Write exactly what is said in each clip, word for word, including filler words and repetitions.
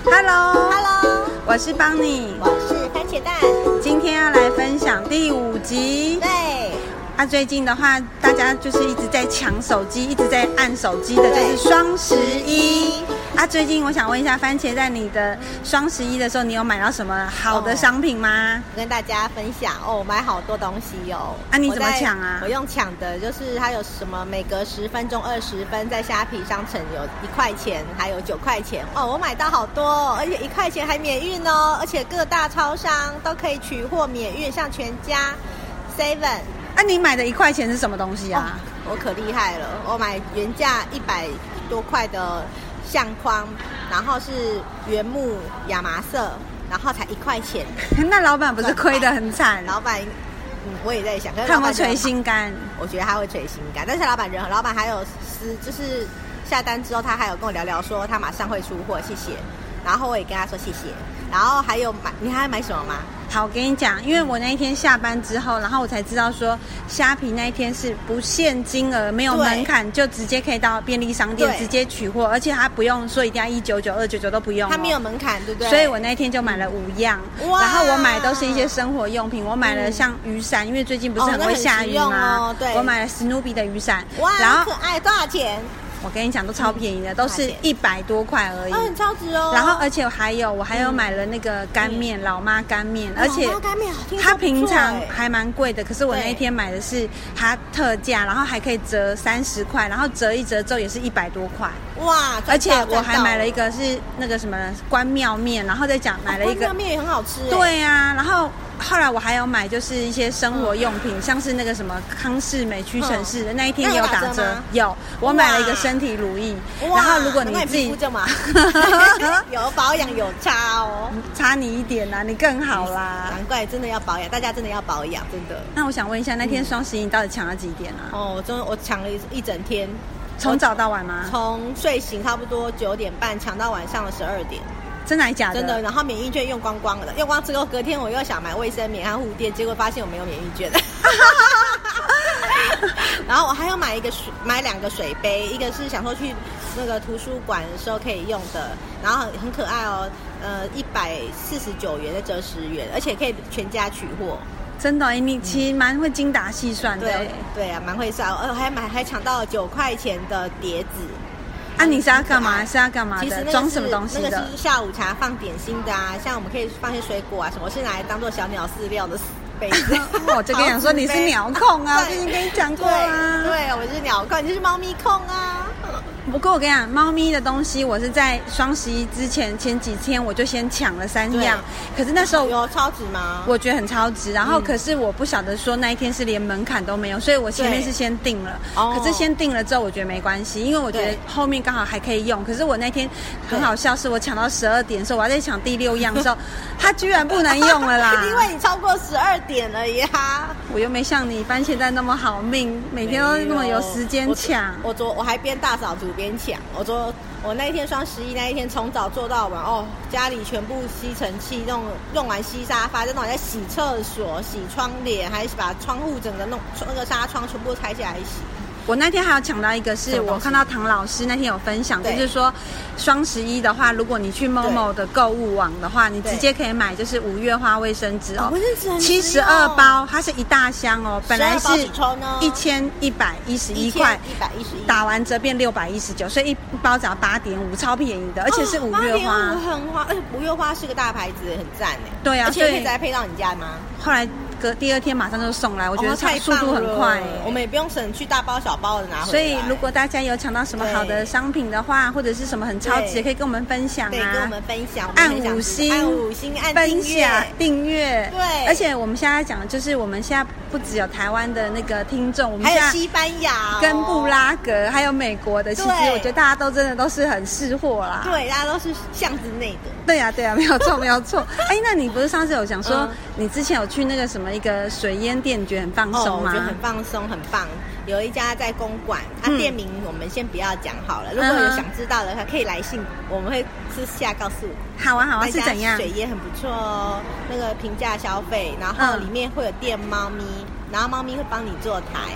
Hello Hello， 我是邦尼， 我是番茄蛋。 今天要来分享第五集。 对， 啊，最近的话，大家就是一直在抢手机，一直在按手机的，就是双十一。啊，最近我想问一下番茄，在你的双十一的时候，你有买到什么好的商品吗？ 我跟大家分享哦，我买好多东西哦。 啊，你怎么抢啊？ 我, 我用抢的，就是它有什么每隔十分钟二十分，在虾皮商城有一块钱，还有九块钱哦。我买到好多哦，而且一块钱还免运哦，而且各大超商都可以取货免运，像全家、Seven。 啊，你买的一块钱是什么东西啊？ 哦、我可厉害了，我买原价一百多块的相框，然后是原木亚麻色，然后才一块钱。 那老板不是亏得很惨？ 老板，嗯，我也在想， 他有没有捶心肝？ 我觉得他会捶心肝，但是老板人很，老板还有私，就是下单之后，他还有跟我聊聊说他马上会出货，谢谢。然后我也跟他说谢谢。然后还有买，你还买什么吗？ 好，我跟你讲，因为我那一天下班之后，然后我才知道说，虾皮那一天是不限金额，没有门槛，就直接可以到便利商店直接取货，而且他不用说一定要一九九、二九九都不用、哦， 他没有门槛，对不对？ 所以我那一天就买了五样，然后我买都是一些生活用品，我买了像雨伞，因为最近不是很会下雨吗？ 哦，对， 我买了史努比的雨伞， 哇， 然后可爱，多少钱？ 我跟你讲，都超便宜的，嗯、都是一百多块而已， 哦，很超值哦。 然后，而且我还有，我还有买了那个干面，嗯、老妈干面，而且老妈干面它平常还蛮贵的，可是我那一天买的是它特价，然后还可以折三十块，然后折一折之后也是一百多块。 哇！ 而且我还买了一个是那个什么关庙面，然后再讲买了一个、 哦、关庙面也很好吃。 对啊，然后。后来我还有买就是一些生活用品，嗯、像是那个什么康士美屈臣氏的、嗯、那一天也有打折，有我买了一个身体乳液，然后如果你自己有保养有差哦， 差你一点啊，你更好啦， 难怪真的要保养，大家真的要保养，真的。 那我想问一下，那天双十一你到底抢了几点啊？ 哦，我真我抢了一整天， 从早到晚吗？ 从睡醒差不多九点半抢到晚上的十二点。 真的还假的？ 真的，然后免运券用光光了，用光之后隔天我又想买卫生棉和护垫，结果发现我没有免运券。然后我还要买一个水，买两个水杯，一个是想说去那个图书馆的时候可以用的，然后很很可爱哦，呃，一百四十九元再折十元，而且可以全家取货。 真的，你其实蛮会精打细算的。 对对啊，蛮会算，呃，还买还抢到了九块钱的碟子。 啊，你是要干嘛？是要干嘛的？ 其实装什么东西的？ 那个是下午茶放点心的啊，像我们可以放些水果啊什么，是拿来当做小鸟饲料的杯子。 我就跟你讲说你是鸟控啊，我之前跟你讲过啊。 对，对我是鸟控，你就是猫咪控啊。 不过我跟你讲，猫咪的东西我是在双十一之前前几天我就先抢了三样，可是那时候有超值吗？ 我觉得很超值，然后可是我不晓得说那一天是连门槛都没有，所以我前面是先订了，可是先订了之后我觉得没关系，因为我觉得后面刚好还可以用。可是我那天很好笑，是我抢到十二点的时候，我还在抢第六样的时候，它居然不能用了啦！ 因为你超过十二点了呀。 我又没像你番茄蛋那么好命，每天都那么有时间抢。 我昨我还边大扫除边抢，我昨我那一天双十一那一天从早做到晚哦，家里全部吸尘器弄用完吸沙发，就弄完在洗厕所、洗窗帘，还把窗户整个弄那个纱窗全部拆下来洗。 我那天还有抢到一个是我看到唐老师那天有分享，就是说双十一的话，如果你去 Momo 的购物网的话，你直接可以买就是五月花卫生纸哦，七十二包，它是一大箱哦，本来是一千一百一十一块， 一百一十一， 打完折变六百一十九，所以一包只要八点五，超便宜的，而且是五月花， 哦、很花，而且五月花是个大牌子，很赞哎。 对啊， 而且可以直接配到你家吗？ 后来隔第二天马上就送来，我觉得速度很快、欸， 我们也不用省去大包小包的拿回来。 所以如果大家有抢到什么好的商品的话，或者是什么很超值，也可以跟我们分享啊， 对，跟我们分享， 按五星， 按五星，按分享订阅。 对， 而且我们现在讲的就是我们现在不只有台湾的那个听众，我们现在还有西班牙、哦、 跟布拉格，还有美国的，其实我觉得大家都真的都是很识货啦。 对，大家都是巷子内的。 对呀、啊，对呀、啊，没有错，没有错。哎，那你不是上次有讲说、嗯、你之前有去那个什么一个水烟店，你觉得很放松吗？ 哦，我觉得很放松，很棒。有一家在公馆，它、啊、店名我们先不要讲好了。嗯、如果有想知道的，他可以来信，我们会私下告诉我。 好啊，好啊，是怎样？ 水烟很不错哦，那个平价消费，然后里面会有电猫咪，然后猫咪会帮你做台。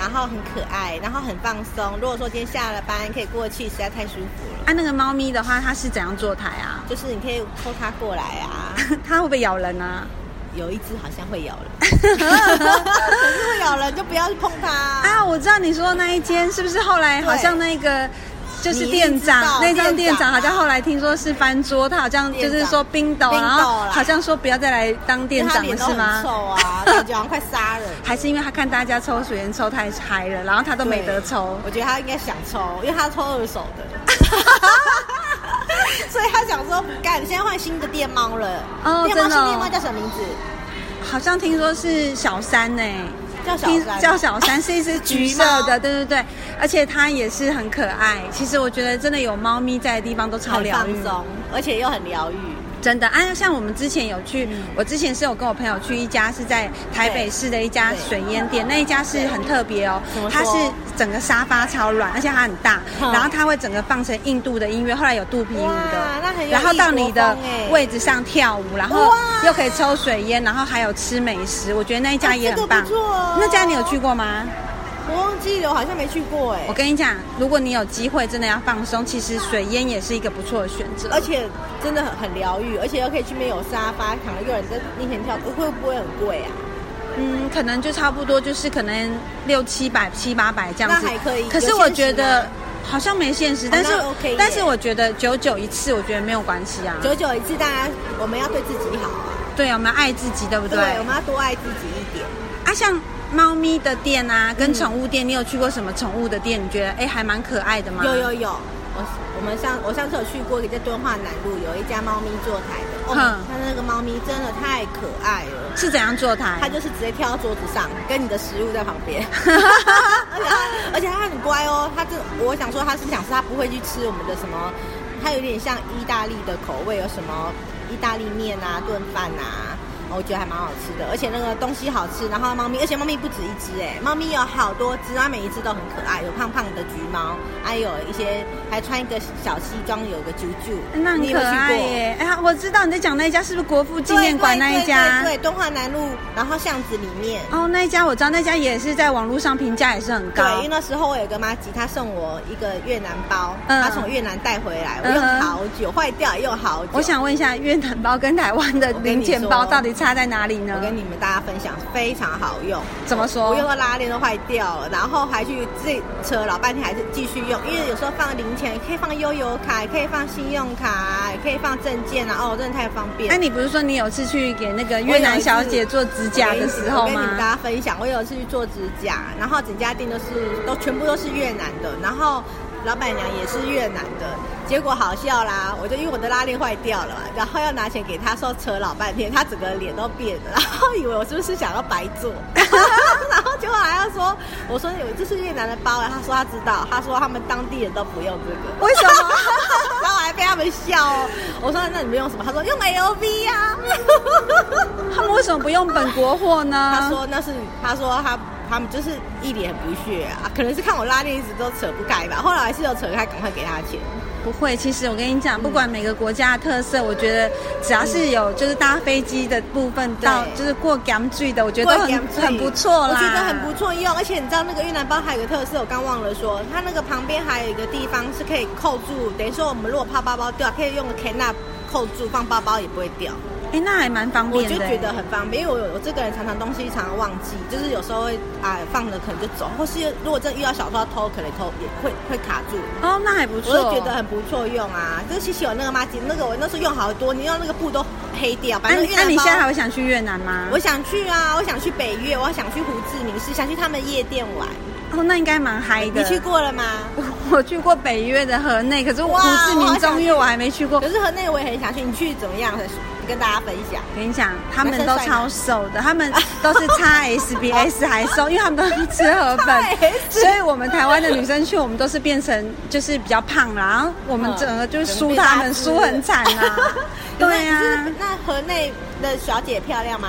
然后很可爱，然后很放松。如果说今天下了班可以过去，实在太舒服了。 啊，那个猫咪的话，它是怎样坐台啊？ 就是你可以拖它过来啊。 它会不会咬人啊？ 有一只好像会咬人，可是会咬人就不要去碰它啊！我知道你说的那一间是不是后来好像那个就是店长那张店长好像后来听说是翻桌，他好像就是说冰斗，然后好像说不要再来当店长了是吗？ 臭啊，感觉好像快杀人。 还是因为他看大家抽水烟抽太嗨了，然后他都没得抽。 我觉得他应该想抽，因为他抽二手的。所以他想说，干，现在换新的电猫了。哦，电猫新电猫叫什么名字？ 好像听说是小三呢、欸， 叫小三， 叫小三是一只橘色的，对对对，而且它也是很可爱。其实我觉得真的有猫咪在的地方都超疗愈， 很放松，而且又很疗愈。 真的啊，像我们之前有去，嗯、我之前是有跟我朋友去一家是在台北市的一家水烟店，那一家是很特别哦，它是整个沙发超软，而且它很大，嗯、然后它会整个放成印度的音乐，后来有肚皮舞的，然后到你的位置上跳舞，然后又可以抽水烟，然后还有吃美食，我觉得那一家也很棒。 啊这个不错哦、 那家你有去过吗？ 我忘记了，我好像没去过哎。 我跟你讲，如果你有机会真的要放松，其实水烟也是一个不错的选择， 而且真的很很疗愈，而且又可以去面有沙发，躺一个人在面前跳，会不会很贵啊？ 嗯，可能就差不多，就是可能六七百、七八百这样子， 那还可以。 可是我觉得好像没限时，但是、 哦、OK， 但是我觉得久久一次，我觉得没有关系啊。 久久一次，大家我们要对自己好啊。 对啊，我们要爱自己，对不对？ 对，我们要多爱自己一点啊，像。猫咪的店啊，跟宠物店，嗯、你有去过什么宠物的店？你觉得哎还蛮可爱的吗？ 有有有，我我们上我上次有去过一个在敦化南路有一家猫咪坐台的，哦，它那个猫咪真的太可爱了。 是怎样坐台？ 它就是直接跳到桌子上，跟你的食物在旁边，而且它而且它很乖哦，它这我想说它是不是想说它不会去吃我们的什么，它有点像意大利的口味，有什么意大利面啊、炖饭啊。我觉得还蛮好吃的，而且那个东西好吃，然后猫咪，而且猫咪不止一只哎，猫咪有好多只，它每一只都很可爱，有胖胖的橘猫，还有一些还穿一个小西装，有一个啾啾， 那很可爱耶！哎呀，我知道你在讲那一家是不是国父纪念馆那一家？ 对对对，敦化南路，然后巷子里面。 哦，那一家我知道，那家也是在网络上评价也是很高。 对，因为那时候我有个妈吉，她送我一个越南包，她、嗯、从越南带回来，我用好久，坏、嗯、掉也用好久。 我想问一下，越南包跟台湾的零钱包到底差在哪里呢？ 我跟你们大家分享，非常好用。 怎么说？ 我用到拉链都坏掉了，然后还去自扯老半天，还是继续用，因为有时候放零钱，可以放悠游卡，也可以放信用卡，也可以放证件啊，哦，真的太方便。 哎、啊，你不是说你有次去给那个越南小姐做指甲的时候吗？ 我跟你们大家分享，我有次去做指甲，然后整家店都是都全部都是越南的，然后老板娘也是越南的。结果好笑啦，我就因为我的拉链坏掉了，然后要拿钱给他，说扯老半天，他整个脸都变了，然后以为我是不是想要白做，然后结果还要说，我说有这是越南的包，他说他知道，他说他们当地人都不用这个， 为什么？ 然后我还被他们笑哦，我说那你们用什么？他说用 L V 啊， 他们为什么不用本国货呢？ 他说那是，他说他。他们就是一脸不屑啊，可能是看我拉链一直都扯不开吧，后来还是有扯开，赶快给他钱。 不会，其实我跟你讲，不管每个国家的特色，我觉得只要是有就是搭飞机的部分到就是过港剧的，我觉得都很很不错啦。 我觉得很不错用，而且你知道那个越南包还有个特色，我刚忘了说，它那个旁边还有一个地方是可以扣住，等于说我们如果怕包包掉，可以用个 can 扣住，放包包也不会掉。 哎，那还蛮方便的。 我就觉得很方便，因为我有我这个人常常东西常常忘记，就是有时候会啊放着可能就走，或是如果真的遇到小偷要偷，可能偷也会会卡住。 哦，那还不错， 我就觉得很不错用啊。就是其实有那个妈吉，那个我那时候用好多，你用那个布都黑掉。反正越南包。那、啊、 你现在还会想去越南吗？ 我想去啊，我想去北越，我想去胡志明市，想去他们夜店玩。 哦，那应该蛮嗨的。 你去过了吗？ 我我去过北越的河内，可是胡志明中越我还没去过。 可是河内我也很想去，你去怎么样？跟大家分享。 跟你讲，他们都超瘦的，他们都是 X S 比 S 还瘦，因为他们都吃河粉，所以我们台湾的女生去，我们都是变成就是比较胖啦，然后我们整个就是输他们，输很惨啊。对啊。 那河内的小姐漂亮吗？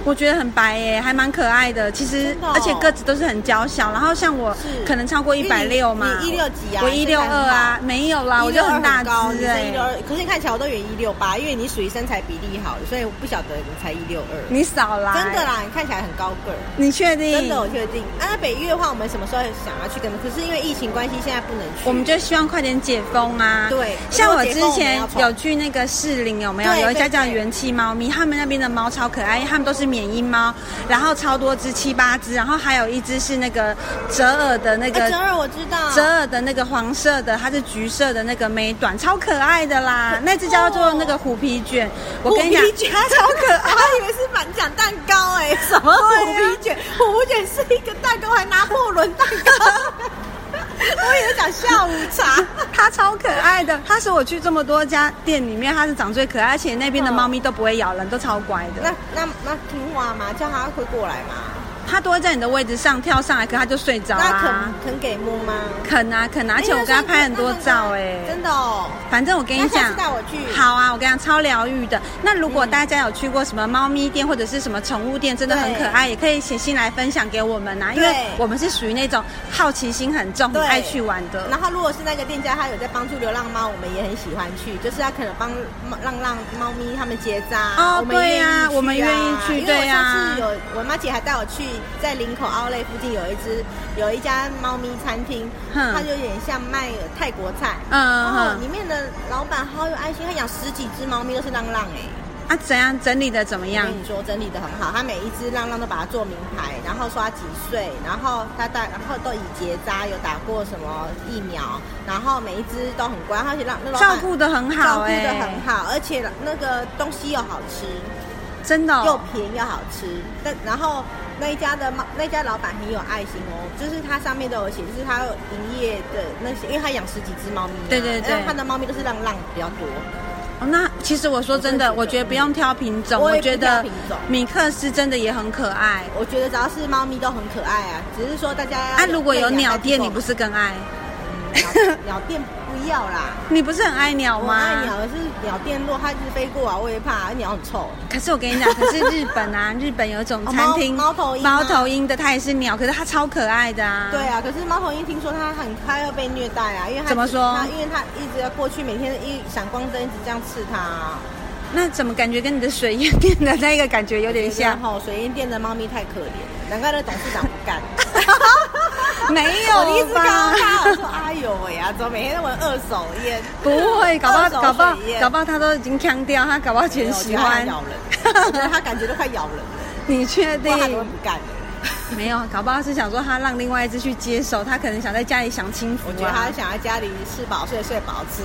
我觉得很白耶，还蛮可爱的。其实，哦、而且个子都是很娇小。然后像我可能超过一百六嘛， 你一六几啊？ 我一六二啊，没有啦，我就很大只哎。 可是你看起来我都有一六八，因为你属于身材比例好的，所以我不晓得你才一六二。 你少来， 真的啦，你看起来很高个儿。 你确定？ 真的，我确定。啊，北约的话，我们什么时候想要去跟？可是因为疫情关系，现在不能去。 我们就希望快点解封啊。 对， 像我之前有去那个士林，有没有？有一家叫元气猫咪，他们那边的猫超可爱，他们都是缅因猫，然后超多只，七八只，然后还有一只是那个折耳的那个。 折耳我知道。 折耳的那个黄色的，它是橘色的那个美短，超可爱的啦。那只叫做那个虎皮卷，我跟你讲， 虎皮卷它超可爱，我以为是满讲蛋糕哎、欸，什么虎皮卷？虎皮卷是一个蛋糕，还拿破仑蛋糕。我以为讲下午茶， 它超可爱的。它是我去这么多家店里面，它是长最可爱，而且那边的猫咪都不会咬人，都超乖的。 那那那听话吗？叫它会过来吗？ 它都会在你的位置上跳上来，可它就睡着啦、啊。 那肯肯给摸吗？ 肯啊肯啊，而且我跟它拍很多照哎、欸， 真的哦。 反正我跟你讲， 带我去。 好啊，我跟你讲超疗愈的。那如果大家有去过什么猫咪店或者是什么宠物店，真的很可爱，也可以写信来分享给我们啊，因为我们是属于那种好奇心很重、很爱去玩的。 然后如果是那个店家他有在帮助流浪猫，我们也很喜欢去，就是他可能帮让让猫咪他们结扎。 哦， 我们对呀、啊，我们愿意去，对呀、啊。 因为我上次有我妈姐还带我去。在林口奥莱附近有一只有一家猫咪餐厅，它就有点像卖泰国菜，嗯，然后里面的老板好有爱心，他养十几只猫咪都是浪浪哎、 欸，啊怎样整理的怎么样？ 我跟你说整理的很好，他每一只浪浪都把它做名牌，然后说他几岁，然后他带，然后都已结扎，有打过什么疫苗，然后每一只都很乖，而且让那照顾的很好、欸， 照顾的很好，而且那个东西又好吃。 真的、哦、 又便宜又好吃，但然后那一家的猫，那一家老板很有爱心哦，就是他上面都有写，就是他有营业的那些，因为他养十几只猫咪、啊， 对对对， 他的猫咪都是浪浪比较多。 哦，那其实我说真的，我觉得不用挑品种，我觉得米克斯真的也很可爱。 我觉得只要是猫咪都很可爱啊，只是说大家啊，如果有鸟店，你不是更爱？ 嗯、鸟, 鸟店不要啦， 你不是很爱鸟吗？ 我爱鸟，可是鸟店如果它一直飞过啊，我也怕，鸟很臭。 可是我跟你讲，可是日本啊，日本有一种餐厅， 猫头鹰， 猫头鹰的它也是鸟，可是它超可爱的啊。 对啊，可是猫头鹰听说它很，它要被虐待啊，因为它怎么说？ 它因为它一直要过去，每天一闪光灯一直这样刺它、啊。 那怎么感觉跟你的水烟店的那个感觉有点像？ 哦，水烟店的猫咪太可怜了，难怪那董事长不干。 没有吧？ 我第一次看到他，我说：“哎呦喂啊，怎么每天都闻二手烟？” 不会，搞不好搞不好搞不好他都已经呛掉，他搞不好很喜欢咬人。我觉得他感觉都快咬人了。 你确定？ 他怎么不干了？ 没有，搞不好是想说他让另外一只去接手，他可能想在家里享清福、啊。 我觉得他想在家里吃饱睡，睡饱吃。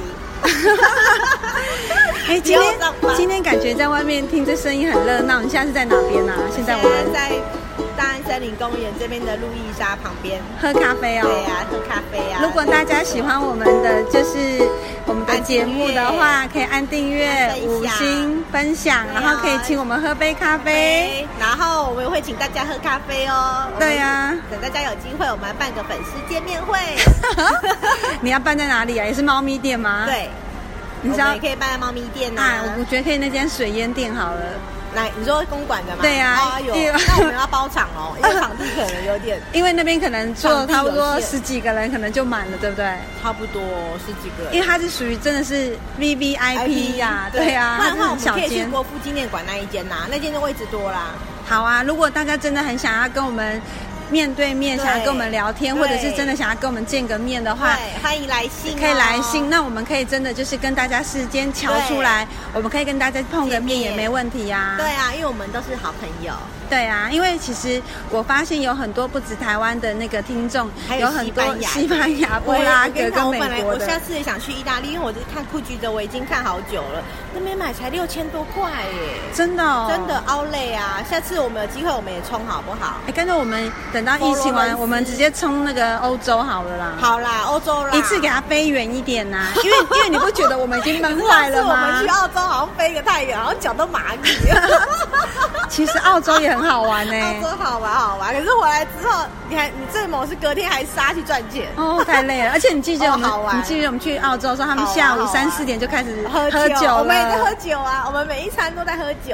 哎、欸，今天今天感觉在外面听这声音很热闹，你现在是在哪边啊？现在我们在大安森林公园这边的路易莎旁边喝咖啡哦。 对啊，喝咖啡啊。 如果大家喜欢我们的就是我们的节目的话，可以按订阅、五星分享，然后可以请我们喝杯咖啡， 然后我们也会请大家喝咖啡哦。 对呀、啊， 等大家有机会，我们办个粉丝见面会。 你要办在哪里啊？也是猫咪店吗？ 对。 你知道也可以办在猫咪店呐、 啊，我觉得可以那间水烟店好了。 来，你说公馆的吗？ 对啊， 哦、有，那我们要包场哦，因为场地可能有点， 因为那边可能坐差不多十几个人，可能就满了，对不对？ 差不多十几个人， 因为它是属于真的是 V V I P 呀、啊，对啊， 那的话我们可以去国父纪念馆那一间呐、啊，那间的位置多啦。 好啊，如果大家真的很想要跟我们面对面想要跟我们聊天，或者是真的想要跟我们见个面的话， 欢迎来信、哦， 可以来信。那我们可以真的就是跟大家时间瞧出来，我们可以跟大家碰个面也没问题呀、啊。 对啊，因为我们都是好朋友。 对啊，因为其实我发现有很多不止台湾的那个听众， 还有很多西班牙、布拉格跟美国的。 我下次也想去意大利，因为我就看酷居的，我已经看好久了，那边买才六千多块耶， 真的哦， 真的奥莱啊！下次我们有机会，我们也冲好不好？ 哎，干脆我们等到疫情完，我们直接冲那个欧洲好了啦。 好啦，欧洲啦， 一次给它飞远一点呐、啊，因为因为你不觉得我们已经闷坏了吗？ 我们去澳洲好像飞个太远，好像脚都麻痹。 其实澳洲也很好玩呢、欸， 澳洲好玩好玩，可是回来之后，你还你最猛是隔天还杀去赚钱哦，太累了。而且你记得我们，哦、你记得我们去澳洲的时候，他们下午三四点就开始喝酒了， 我们也在喝酒啊，我们每一餐都在喝酒。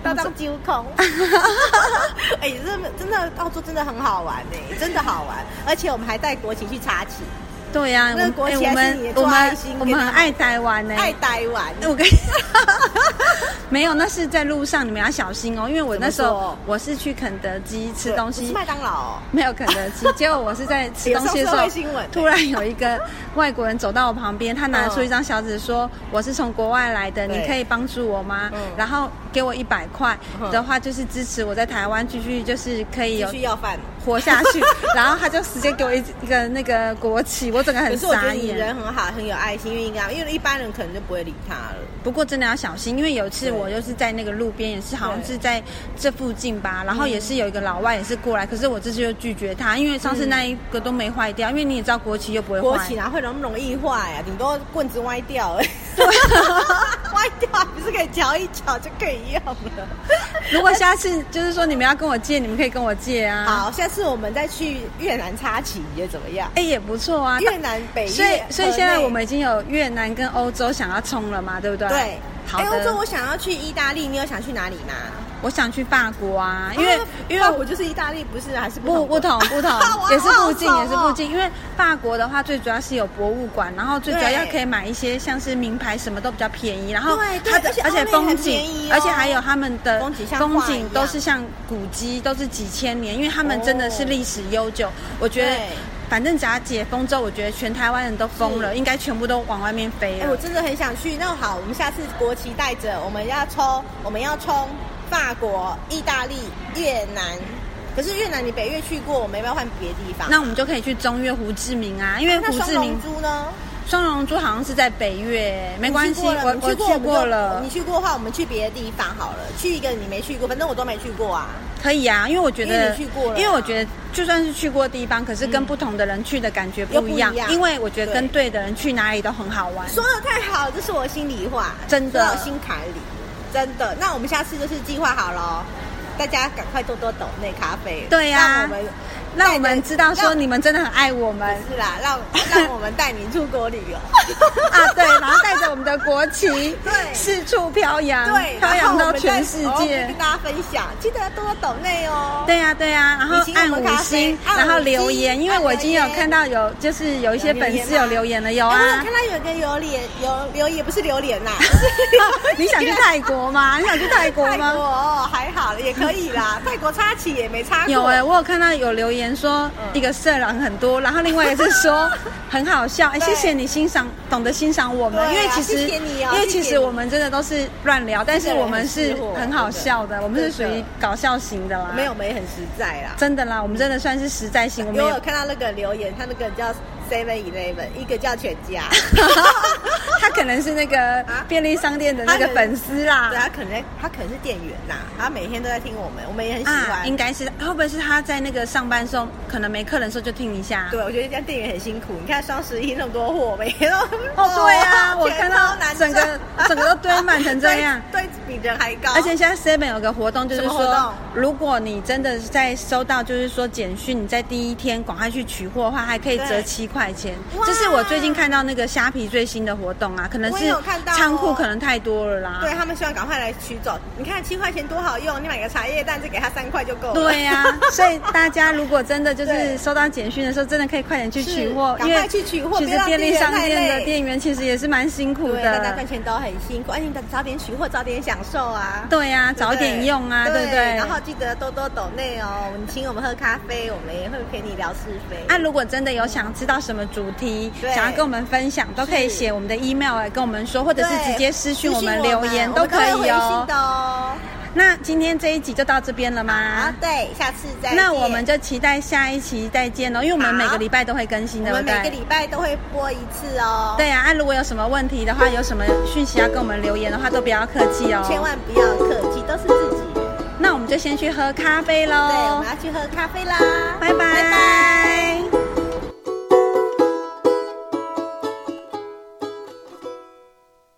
都当揪空。哎、欸，真的真的澳洲真的很好玩哎、欸，真的好玩，而且我们还带国旗去插旗。 对呀、啊， 那国旗还是你的我们爱心， 我们很爱台湾呢、欸， 爱台湾。 我跟你没有，那是在路上，你们要小心哦，因为我那时候我是去肯德基吃东西， 是麦当劳、哦， 没有肯德基。结果我是在吃东西的时候，突然有一个外国人走到我旁边，他拿出一张小纸说：“我是从国外来的，你可以帮助我吗？”嗯、然后给我一百块的话，就是支持我在台湾继续就是可以有继续要饭活下去。然后他就直接给我一一个那个国旗，我整个很傻眼。可是我觉得你人很好，很有爱心，愿意跟他，因为一般人可能就不会理他了。 不过真的要小心，因为有一次我就是在那个路边，也是好像是在这附近吧，然后也是有一个老外也是过来，可是我这次就拒绝他，因为上次那一个都没坏掉，因为你也知道国旗又不会坏， 国旗哪会那么容易坏呀、啊？顶多棍子歪掉而已。 对， 歪掉不是可以瞧一瞧就可以用了。 如果下次就是说你们要跟我借，你们可以跟我借啊。 好，下次我们再去越南插旗，你觉得怎么样？ 哎、欸，也不错啊。 越南、北越， 所以所以现在我们已经有越南跟欧洲想要冲了嘛，对不对？ 对。 好的。 哎，欧洲我想要去意大利，你有想去哪里吗？ 我想去法国啊，因为、啊、因为我就是意大利，不是还是不不不同不同，也是附近、哦、也是附近。因为法国的话，最主要是有博物馆，然后最主要要可以买一些像是名牌，什么都比较便宜。然后它的而且风景，而且还有他们的风景都是像古迹，都是几千年，因为他们真的是历史悠久。我觉得。反正只要解封之后，我觉得全台湾人都疯了，应该全部都往外面飞了。 哎、欸，我真的很想去。那好，我们下次国旗带着，我们要冲，我们要冲法国、意大利、越南。可是越南你北越去过，我们要不要换别的地方？ 那我们就可以去中越胡志明啊，因为胡志明。 那双龙珠呢？ 双龙珠好像是在北越，没关系，我我去过了。 你去过的话，我们去别的地方好了，去一个你没去过，反正我都没去过啊。 可以啊，因为我觉得， 因为你去过了、啊， 因为我觉得就算是去过地方，可是跟不同的人去的感觉不一样。嗯、因为我觉得跟对的人去哪里都很好玩。 说的太好，这是我心里话， 真的， 说到心坎里，真的。那我们下次就是计划好了，大家赶快多多抖内咖啡。 对呀、啊， 让我们。 让我们知道说你们真的很爱我们， 是啦，让让我们带你出国旅游啊，对，然后带着我们的国旗， 对， 四处飘扬， 对， 飘扬到全世界， 跟大家分享，记得多多抖内哦。 对呀、啊，对呀、啊，然后按五星，然后留言，因为我已经有看到有就是有一些粉丝有留言了，有啊， 我有看到有个有脸有留言，不是榴莲呐， 你想去泰国吗？你想去泰国吗？ 泰国哦，还好也可以啦，泰国插旗也没插过。 有哎、欸，我有看到有留言。说一个色狼很多，然后另外也是说很好笑，哎，谢谢你欣赏，懂得欣赏我们， 啊、 因为其实， 谢谢你哦、 因为其实我们真的都是乱聊，但是我们是很好笑的，我们是属于搞笑型的啦。 没有，我们也很实在啦， 真的啦，我们真的算是实在型。我们有看到那个留言，他那个叫 Seven Eleven， 一个叫全家， 他可能是那个便利商店的那个粉丝啦。 对，他可能他可能是店员呐，他每天都在听我们，我们也很喜欢。 啊、应该是会不会是他在那个上班的时候，可能没客人的时候就听一下？ 对，我觉得这样店员很辛苦。你看双十一那么多货，每天都哦，对啊，我看到整个整个都堆满成这样， 堆比人还高。 而且现在 Seven 有个活动，就是说，如果你真的在收到就是说简讯，你在第一天赶快去取货的话，还可以折七块钱。这是我最近看到那个虾皮最新的活动啊，可能是仓库可能太多了啦。 对，他们希望赶快来取走。你看七块钱多好用，你买个茶叶蛋，再给他三块就够了。 对呀、啊，所以大家如果真的就是收到简讯的时候，真的可以快点去取货， 赶快去取货。 其实便利商店的店员其实也是蛮辛苦的， 大家赚钱都很辛苦，哎，你早点取货，早点享受啊。 对呀、啊，早点用啊，对不对？ 然后记得多多抖内哦，你请我们喝咖啡，我们也会陪你聊是非。 啊，如果真的有想知道什么主题，想要跟我们分享，都可以写我们的 email 来跟我们说，或者是直接私讯我们留言都可以哦。 哦那今天这一集就到这边了吗？ 啊，对，下次再见。 那我们就期待下一期再见哦，因为我们每个礼拜都会更新的， 我们每个礼拜都会播一次哦。 对啊，啊，如果有什么问题的话，有什么讯息要跟我们留言的话，都不要客气哦， 千万不要客气，都是自己人。 那我们就先去喝咖啡喽。 对，我们要去喝咖啡啦， 拜拜。